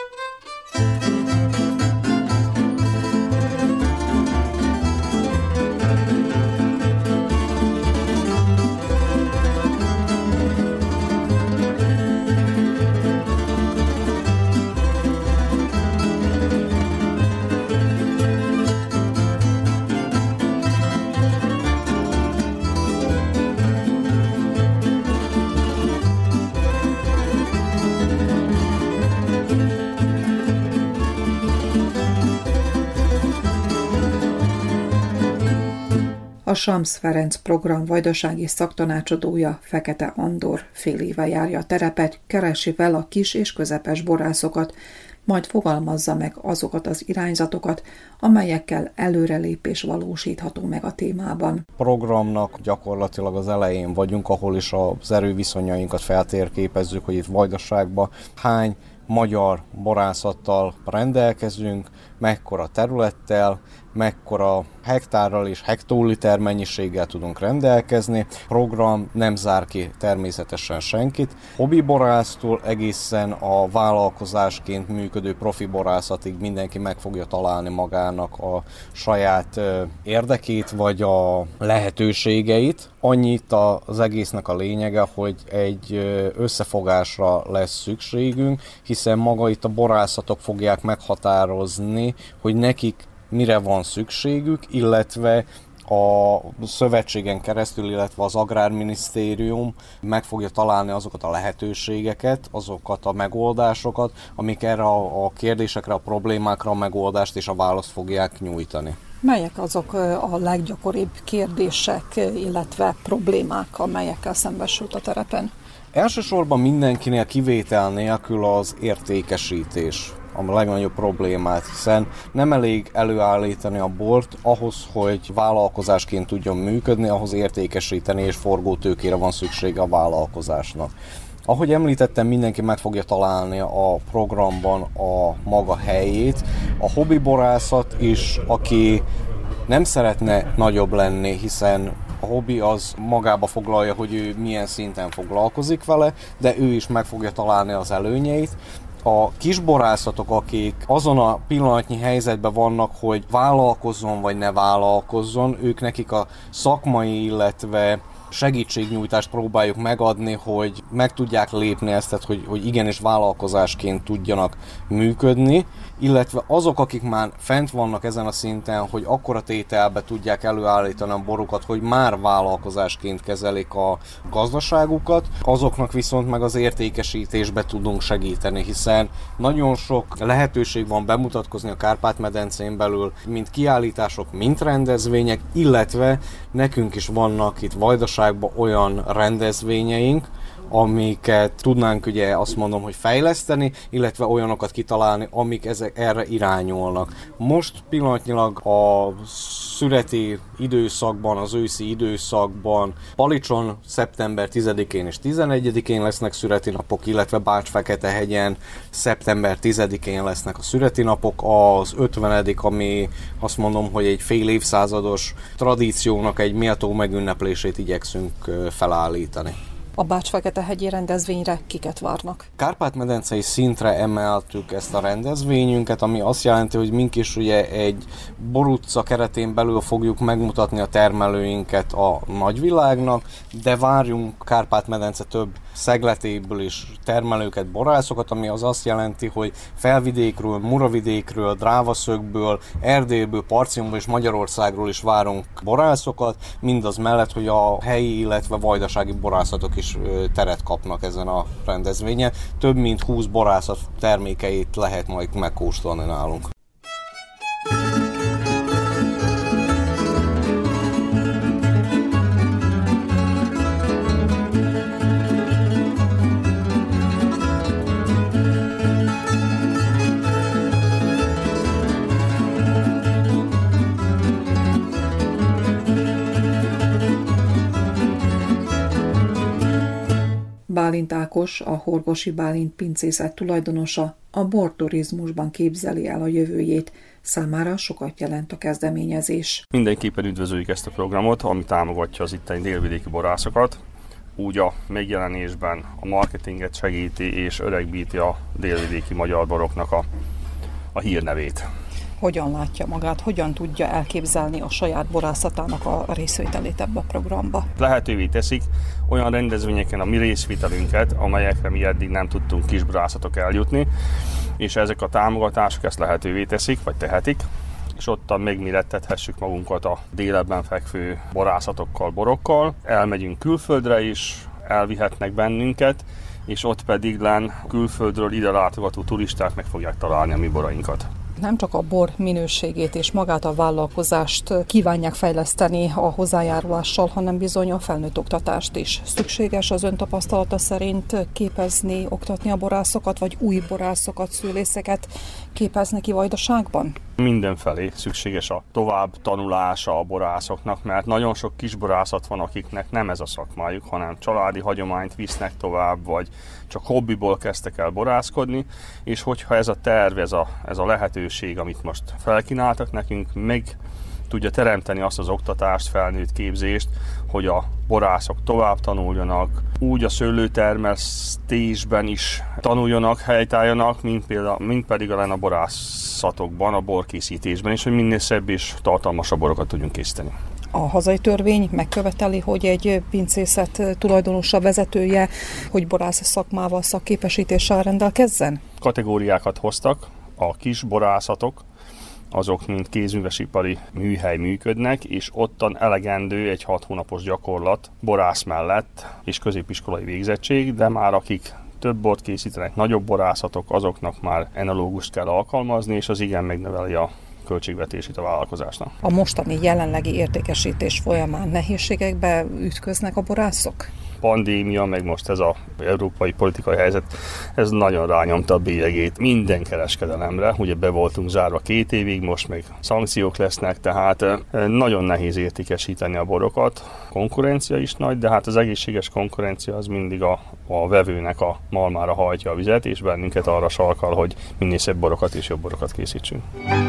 A Samsz Ferenc program vajdasági szaktanácsadója, Fekete Andor fél éve járja a terepet, keresi fel a kis és közepes borászokat, majd fogalmazza meg azokat az irányzatokat, amelyekkel előrelépés valósítható meg a témában. A programnak gyakorlatilag az elején vagyunk, ahol is az erőviszonyainkat feltérképezzük, hogy itt Vajdaságban hány magyar borászattal rendelkezünk, mekkora területtel, mekkora hektárral és hektoliter mennyiséggel tudunk rendelkezni. A program nem zár ki természetesen senkit. Hobbiborásztól egészen a vállalkozásként működő profi borászatig mindenki meg fogja találni magának a saját érdekét vagy a lehetőségeit. Annyit az egésznek a lényege, hogy egy összefogásra lesz szükségünk, hiszen maga itt a borászatok fogják meghatározni, hogy nekik mire van szükségük, illetve a szövetségen keresztül, illetve az Agrárminisztérium meg fogja találni azokat a lehetőségeket, azokat a megoldásokat, amik erre a kérdésekre, a problémákra a megoldást és a választ fogják nyújtani. Melyek azok a leggyakoribb kérdések, illetve problémák, amelyekkel szembesült a terepen? Elsősorban mindenkinél kivétel nélkül az értékesítés a legnagyobb problémát, hiszen nem elég előállítani a bort, ahhoz, hogy vállalkozásként tudjon működni, ahhoz értékesíteni és forgótőkére van szüksége a vállalkozásnak. Ahogy említettem, mindenki meg fogja találni a programban a maga helyét. A hobbiborászat is, aki nem szeretne nagyobb lenni, hiszen a hobbi az magába foglalja, hogy ő milyen szinten foglalkozik vele, de ő is meg fogja találni az előnyeit. A kisborászatok, akik azon a pillanatnyi helyzetben vannak, hogy vállalkozzon vagy ne vállalkozzon, ők nekik a szakmai, illetve segítségnyújtást próbáljuk megadni, hogy meg tudják lépni ezt, tehát hogy igenis vállalkozásként tudjanak működni, illetve azok, akik már fent vannak ezen a szinten, hogy akkora tételbe tudják előállítani a borukat, hogy már vállalkozásként kezelik a gazdaságukat, azoknak viszont meg az értékesítésbe tudunk segíteni, hiszen nagyon sok lehetőség van bemutatkozni a Kárpát-medencén belül, mind kiállítások, mind rendezvények, illetve nekünk is vannak itt Vajdaságban olyan rendezvényeink, amiket tudnánk ugye azt mondom, hogy fejleszteni, illetve olyanokat kitalálni, amik erre irányulnak. Most pillanatnyilag a szüreti időszakban, az őszi időszakban Palicson szeptember 10-én és 11-én lesznek szüreti napok, illetve Bács-Fekete-hegyen szeptember 10-én lesznek a szüreti napok. Az 50., ami azt mondom, hogy egy fél évszázados tradíciónak egy méltó megünneplését igyekszünk felállítani. A Bács-Fekete-hegyi rendezvényre kiket várnak? Kárpát-medencei szintre emeltük ezt a rendezvényünket, ami azt jelenti, hogy mink is ugye egy borutca keretén belül fogjuk megmutatni a termelőinket a nagyvilágnak, de várjunk Kárpát-medence több szegletéből is termelőket, borászokat, ami az azt jelenti, hogy Felvidékről, Muravidékről, Drávaszögből, Erdélyből, Parciumból és Magyarországról is várunk borászokat, mindaz mellett, hogy a helyi, illetve vajdasági borászatok is teret kapnak ezen a rendezvényen. Több mint 20 borászat termékeit lehet majd megkóstolni nálunk. Bálint Ákos, a Horgosi Bálint pincészet tulajdonosa, a borturizmusban képzeli el a jövőjét, számára sokat jelent a kezdeményezés. Mindenképpen üdvözöljük ezt a programot, ami támogatja az itteni délvidéki borászokat, úgy a megjelenésben a marketinget segíti és öregbíti a délvidéki magyar boroknak a hírnevét. Hogyan látja magát, hogyan tudja elképzelni a saját borászatának a részvételét ebbe a programba? Lehetővé teszik olyan rendezvényeken a mi részvételünket, amelyekre mi eddig nem tudtunk kisborászatok eljutni, és ezek a támogatások ezt lehetővé teszik, vagy tehetik, és ottan megmérettethessük magunkat a délebben fekvő borászatokkal, borokkal. Elmegyünk külföldre is, elvihetnek bennünket, és ott pedig külföldről ide látogató turisták meg fogják találni a mi borainkat. Nem csak a bor minőségét és magát a vállalkozást kívánják fejleszteni a hozzájárulással, hanem bizony a felnőtt oktatást is. Szükséges az ön tapasztalata szerint képezni, oktatni a borászokat, vagy új borászokat, szülészeket képezni ki Vajdaságban? Mindenfelé szükséges a tovább tanulása a borászoknak, mert nagyon sok kisborászat van, akiknek nem ez a szakmájuk, hanem családi hagyományt visznek tovább, vagy csak hobbiból kezdtek el borászkodni, és hogyha ez a terv, ez a lehetőség, amit most felkínáltak nekünk, meg tudja teremteni azt az oktatást, felnőtt képzést, hogy a borászok tovább tanuljanak, úgy a szőlőtermesztésben is tanuljanak, helytálljanak, mint pedig a borászatokban, a borkészítésben is, hogy minél szebb és tartalmasabb borokat tudjunk készíteni. A hazai törvény megköveteli, hogy egy pincészet tulajdonosa, vezetője, hogy borász szakmával, szakképesítéssel rendelkezzen? Kategóriákat hoztak, a kis borászatok, azok mint kézművesipari műhely működnek, és ottan elegendő egy 6 hónapos gyakorlat borász mellett és középiskolai végzettség, de már akik több bort készítenek, nagyobb borászatok, azoknak már enológust kell alkalmazni, és az igen megnöveli a költségvetését a vállalkozásnak. A mostani jelenlegi értékesítés folyamán nehézségekbe ütköznek a borászok? Pandémia, meg most ez az európai politikai helyzet, ez nagyon rányomta a bélyegét minden kereskedelemre. Ugye be voltunk zárva 2 évig, most meg szankciók lesznek, tehát nagyon nehéz értékesíteni a borokat. Konkurencia is nagy, de hát az egészséges konkurencia az mindig a vevőnek a malmára hajtja a vizet, és bennünket arra sarkal, hogy minél szebb borokat és jobb borokat készítsünk.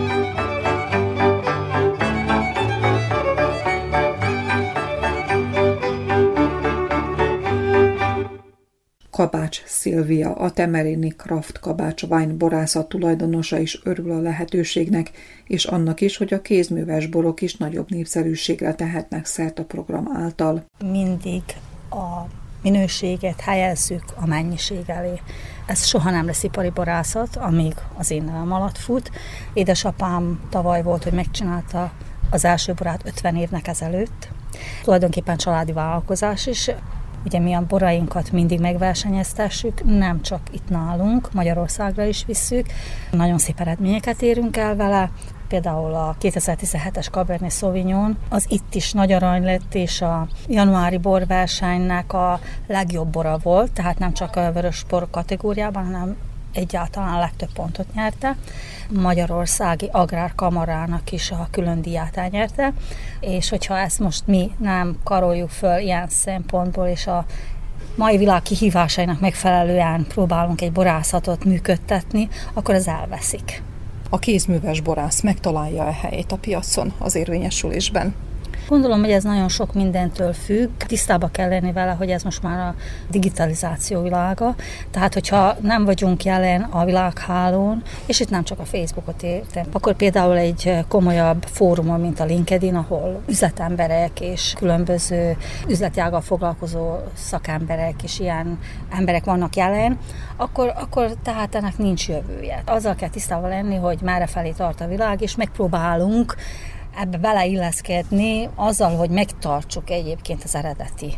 Kabács Szilvia, a Temerini Craft Kabács Wine borászat tulajdonosa is örül a lehetőségnek, és annak is, hogy a kézműves borok is nagyobb népszerűségre tehetnek szert a program által. Mindig a minőséget helyezzük a mennyiség elé. Ez soha nem lesz ipari borászat, amíg az én nevem alatt fut. Édesapám tavaly volt, hogy megcsinálta az első borát 50 évnek ezelőtt. Tulajdonképpen családi vállalkozás is. Ugye mi a borainkat mindig megversenyeztessük, nem csak itt nálunk, Magyarországra is visszük. Nagyon szép eredményeket érünk el vele. Például a 2017-es Cabernet Sauvignon, az itt is nagy arany lett, és a januári borversenynek a legjobb bora volt, tehát nem csak a vörös bor kategóriában, hanem egyáltalán a legtöbb pontot nyerte. Magyarországi Agrárkamarának is a külön díját elnyerte, és hogyha ezt most mi nem karoljuk föl ilyen szempontból, és a mai világ kihívásainak megfelelően próbálunk egy borászatot működtetni, akkor ez elveszik. A kézműves borász megtalálja a helyét a piacon az érvényesülésben? Gondolom, hogy ez nagyon sok mindentől függ. Tisztába kell lenni vele, hogy ez most már a digitalizáció világa. Tehát, hogyha nem vagyunk jelen a világhálón, és itt nem csak a Facebookot értem, akkor például egy komolyabb fórumon, mint a LinkedIn, ahol üzletemberek és különböző üzletjággal foglalkozó szakemberek és ilyen emberek vannak jelen, akkor tehát ennek nincs jövője. Azzal kell tisztában lenni, hogy merre felé tart a világ, és megpróbálunk ebbe beleilleszkedni azzal, hogy megtartsuk egyébként az eredeti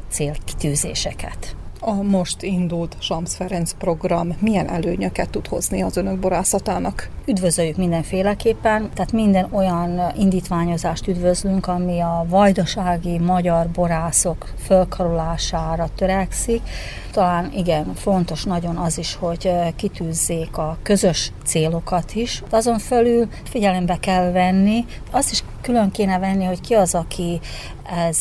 célkitűzéseket. A most indult Schams Ferenc program milyen előnyöket tud hozni az önök borászatának? Üdvözöljük mindenféleképpen, tehát minden olyan indítványozást üdvözlünk, ami a vajdasági magyar borászok fölkarolására törekszik. Talán igen, fontos nagyon az is, hogy kitűzzék a közös célokat is. Azon fölül figyelembe kell venni, azt is külön kéne venni, hogy ki az, aki ez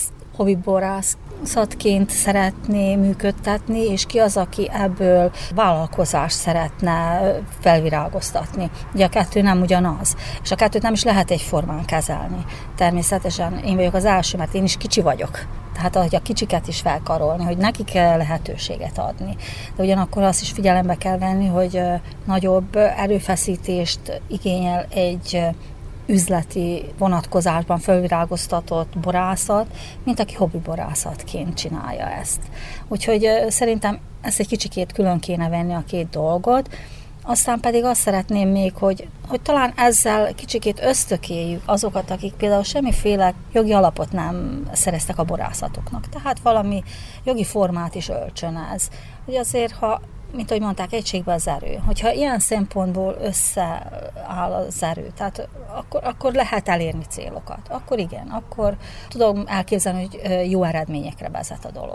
hobbiborászatként szeretné működtetni, és ki az, aki ebből vállalkozást szeretne felvirágoztatni. Ugye a kettő nem ugyanaz, és a kettőt nem is lehet egyformán kezelni. Természetesen én vagyok az első, mert én is kicsi vagyok. Tehát ahogy a kicsiket is felkarolni, hogy nekik kell lehetőséget adni. De ugyanakkor azt is figyelembe kell venni, hogy nagyobb erőfeszítést igényel egy üzleti vonatkozásban felvirágoztatott borászat, mint aki hobbiborászatként csinálja ezt. Úgyhogy szerintem ezt egy kicsikét külön kéne venni a két dolgot. Aztán pedig azt szeretném még, hogy talán ezzel kicsikét ösztökéljük azokat, akik például semmiféle jogi alapot nem szereztek a borászatoknak. Tehát valami jogi formát is öltsön ez. Hogy azért, ha mint ahogy mondták, egységben az erő. Hogyha ilyen szempontból összeáll az erő, tehát akkor lehet elérni célokat. Akkor igen, akkor tudom elképzelni, hogy jó eredményekre vezet a dolog.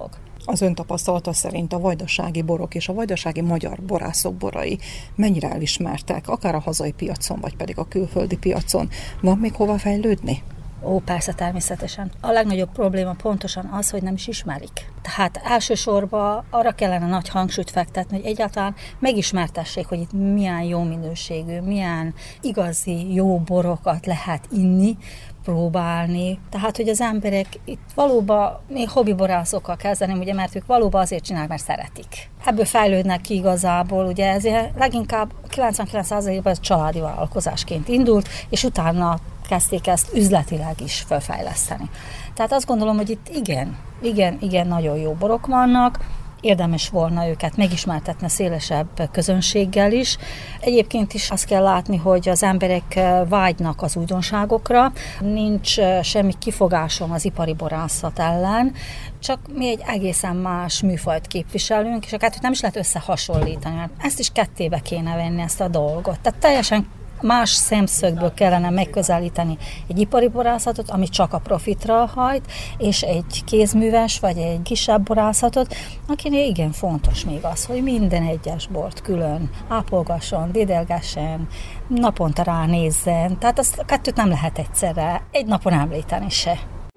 Az ön tapasztalata szerint a vajdasági borok és a vajdasági magyar borászok borai mennyire elismertek, akár a hazai piacon, vagy pedig a külföldi piacon? Van még hova fejlődni? Ó, persze, természetesen. A legnagyobb probléma pontosan az, hogy nem is ismerik. Tehát elsősorban arra kellene nagy hangsúlyt fektetni, hogy egyáltalán megismertessék, hogy itt milyen jó minőségű, milyen igazi jó borokat lehet inni, próbálni. Tehát, hogy az emberek itt valóban, még hobbiborászokkal kezdeném, ugye, mert ők valóban azért csinálják, mert szeretik. Ebből fejlődnek ki igazából, ugye ezért leginkább 99%-ban családi vállalkozásként indult, és utána kezdték ezt üzletileg is felfejleszteni. Tehát azt gondolom, hogy itt igen, nagyon jó borok vannak, érdemes volna őket megismertetni szélesebb közönséggel is. Egyébként is azt kell látni, hogy az emberek vágynak az újdonságokra, nincs semmi kifogásom az ipari borászat ellen, csak mi egy egészen más műfajt képviselünk, és a kettőt nem is lehet összehasonlítani, mert ezt is kettébe kéne venni, ezt a dolgot. Tehát teljesen más szemszögből kellene megközelíteni egy ipari borászatot, ami csak a profitra hajt, és egy kézműves, vagy egy kisebb borászatot, akinél igen fontos még az, hogy minden egyes bort külön ápolgasson, dédelgessen, naponta ránézzen. Tehát azt a kettőt nem lehet egyszerre egy napon említeni se.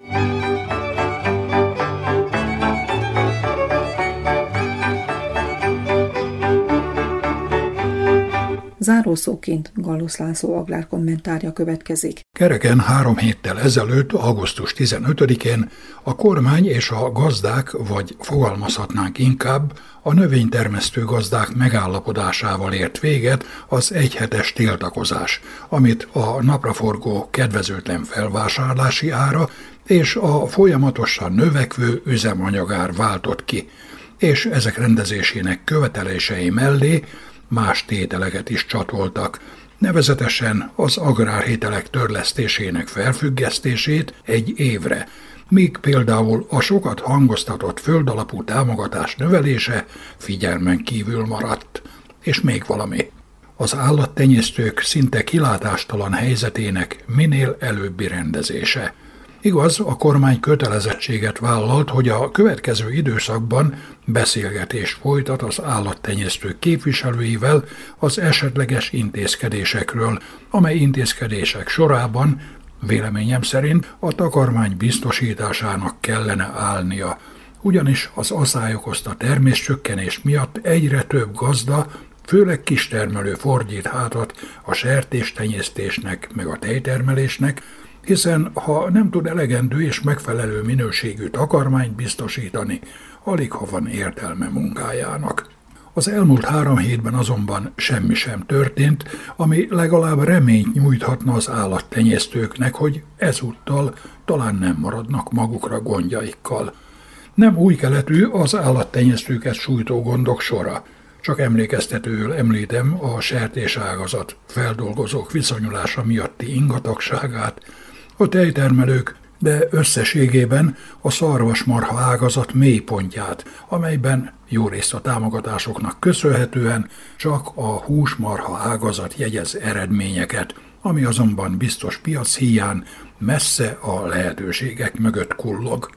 Zárószóként Gallusz László Agrár kommentárja következik. Kereken 3 héttel ezelőtt, augusztus 15-én a kormány és a gazdák, vagy fogalmazhatnánk inkább, a növénytermesztő gazdák megállapodásával ért véget az egyhetes tiltakozás, amit a napraforgó kedvezőtlen felvásárlási ára és a folyamatosan növekvő üzemanyagár váltott ki, és ezek rendezésének követelései mellé más tételeket is csatoltak, nevezetesen az agrárhitelek törlesztésének felfüggesztését 1 évre, míg például a sokat hangoztatott földalapú támogatás növelése figyelmen kívül maradt. És még valami. Az állattenyésztők szinte kilátástalan helyzetének minél előbbi rendezése. Igaz, a kormány kötelezettséget vállalt, hogy a következő időszakban beszélgetést folytat az állattenyésztők képviselőivel az esetleges intézkedésekről, amely intézkedések sorában véleményem szerint a takarmány biztosításának kellene állnia, ugyanis az asszály okozta terméscsökkenés miatt egyre több gazda, főleg kistermelő fordít hátat a sertéstenyésztésnek meg a tejtermelésnek, hiszen ha nem tud elegendő és megfelelő minőségű takarmányt biztosítani, alig ha van értelme munkájának. Az elmúlt 3 hétben azonban semmi sem történt, ami legalább reményt nyújthatna az állattenyésztőknek, hogy ezúttal talán nem maradnak magukra gondjaikkal. Nem új keletű az állattenyésztőket sújtó gondok sora. Csak emlékeztetőül említem a sertéságazat feldolgozók viszonyulása miatti ingatagságát, a tejtermelők, de összességében a szarvasmarha ágazat mélypontját, amelyben jórészt a támogatásoknak köszönhetően csak a húsmarha ágazat jegyez eredményeket, ami azonban biztos piac híján messze a lehetőségek mögött kullog.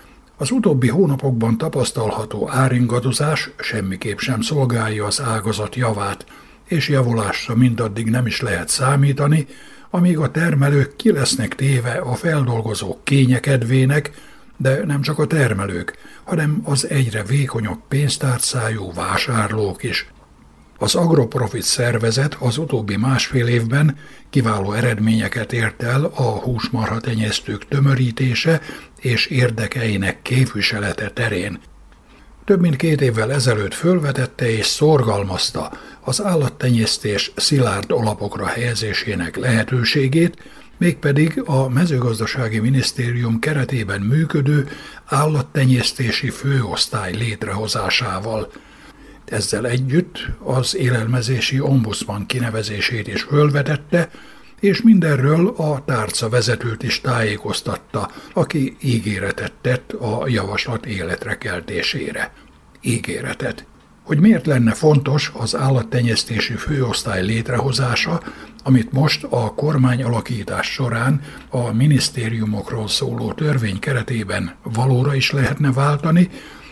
Az utóbbi hónapokban tapasztalható áringadozás semmiképp sem szolgálja az ágazat javát, és javulásra mindaddig nem is lehet számítani, amíg a termelők ki lesznek téve a feldolgozók kényekedvének, de nem csak a termelők, hanem az egyre vékonyabb pénztárcájú vásárlók is. Az Agroprofit szervezet az utóbbi 1,5 évben kiváló eredményeket ért el a húsmarhatenyésztők tömörítése és érdekeinek képviselete terén. Több mint 2 évvel ezelőtt fölvetette és szorgalmazta az állattenyésztés szilárd alapokra helyezésének lehetőségét, mégpedig a mezőgazdasági minisztérium keretében működő állattenyésztési főosztály létrehozásával. Ezzel együtt az élelmezési ombudsman kinevezését is fölvetette, és mindenről a tárcavezetőt is tájékoztatta, aki ígéretet tett a javaslat életre keltésére. Ígéretet. Hogy miért lenne fontos az állattenyésztési főosztály létrehozása, amit most a kormányalakítás során a minisztériumokról szóló törvény keretében valóra is lehetne váltani,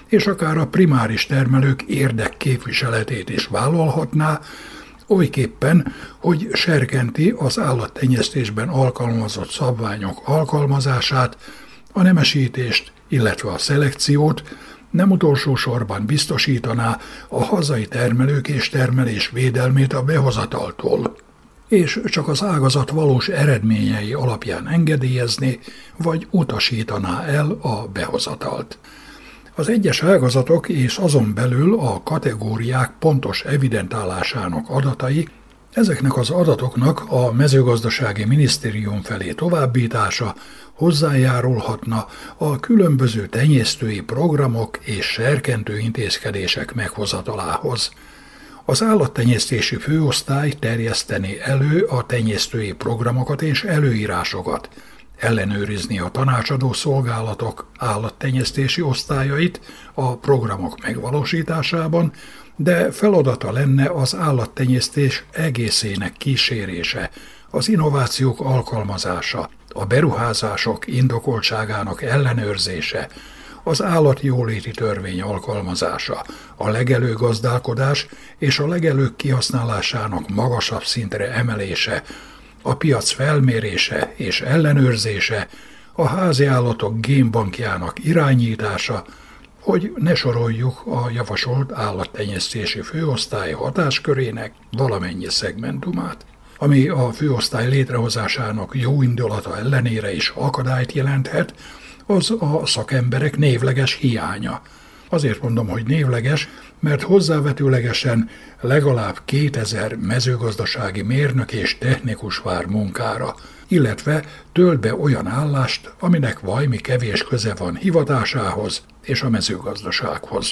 és akár a primáris termelők érdekképviseletét is vállalhatná, olyképpen, hogy serkenti az állattenyésztésben alkalmazott szabványok alkalmazását, a nemesítést, illetve a szelekciót, nem utolsó sorban biztosítaná a hazai termelők és termelés védelmét a behozataltól, és csak az ágazat valós eredményei alapján engedélyezni vagy utasítaná el a behozatalt. Az egyes ágazatok és azon belül a kategóriák pontos evidentálásának adatai, ezeknek az adatoknak a mezőgazdasági minisztérium felé továbbítása hozzájárulhatna a különböző tenyésztői programok és serkentő intézkedések meghozatalához. Az állattenyésztési főosztály terjeszteni elő a tenyésztői programokat és előírásokat, ellenőrizni a tanácsadó szolgálatok állattenyésztési osztályait a programok megvalósításában, de feladata lenne az állattenyésztés egészének kísérése, az innovációk alkalmazása, a beruházások indokoltságának ellenőrzése, az állatjóléti törvény alkalmazása, a legelőgazdálkodás és a legelők kihasználásának magasabb szintre emelése, a piac felmérése és ellenőrzése, a háziállatok génbankjának irányítása, hogy ne soroljuk a javasolt állattenyésztési főosztály hatáskörének valamennyi szegmentumát, ami a főosztály létrehozásának jó indulata ellenére is akadályt jelenthet, az a szakemberek névleges hiánya. Azért mondom, hogy névleges, mert hozzávetőlegesen legalább 2000 mezőgazdasági mérnök és technikus vár munkára, illetve tölt be olyan állást, aminek vajmi kevés köze van hivatásához és a mezőgazdasághoz.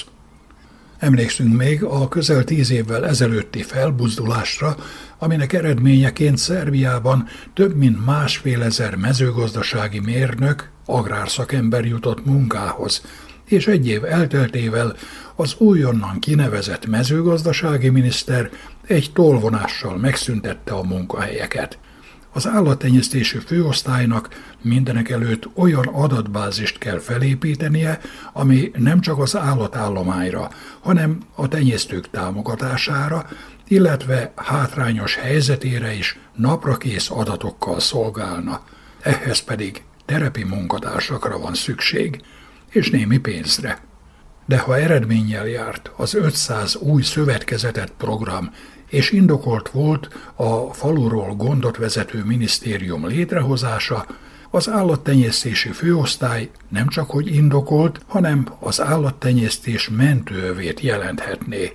Emlékszünk még a közel 10 évvel ezelőtti felbuzdulásra, aminek eredményeként Szerbiában több mint 1500 mezőgazdasági mérnök, agrárszakember jutott munkához, és egy év elteltével az újonnan kinevezett mezőgazdasági miniszter egy tolvonással megszüntette a munkahelyeket. Az állattenyésztési főosztálynak mindenekelőtt olyan adatbázist kell felépítenie, ami nem csak az állatállományra, hanem a tenyésztők támogatására, illetve hátrányos helyzetére is naprakész adatokkal szolgálna. Ehhez pedig terepi munkatársakra van szükség, és némi pénzre. De ha eredménnyel járt az 500 új szövetkezetett program, és indokolt volt a faluról gondot vezető minisztérium létrehozása, az állattenyésztési főosztály nem csak hogy indokolt, hanem az állattenyésztés mentőövét jelenthetné.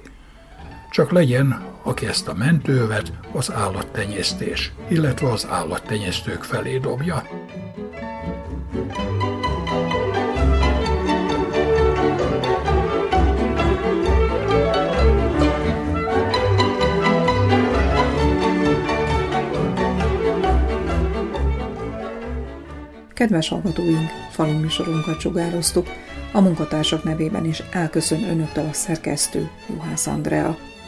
Csak legyen, aki ezt a mentőövet az állattenyésztés, illetve az állattenyésztők felé dobja. Kedves hallgatóink, faluműsorunkat sugároztuk, a munkatársak nevében is elköszön önöktől a szerkesztő, Juhász Andrea.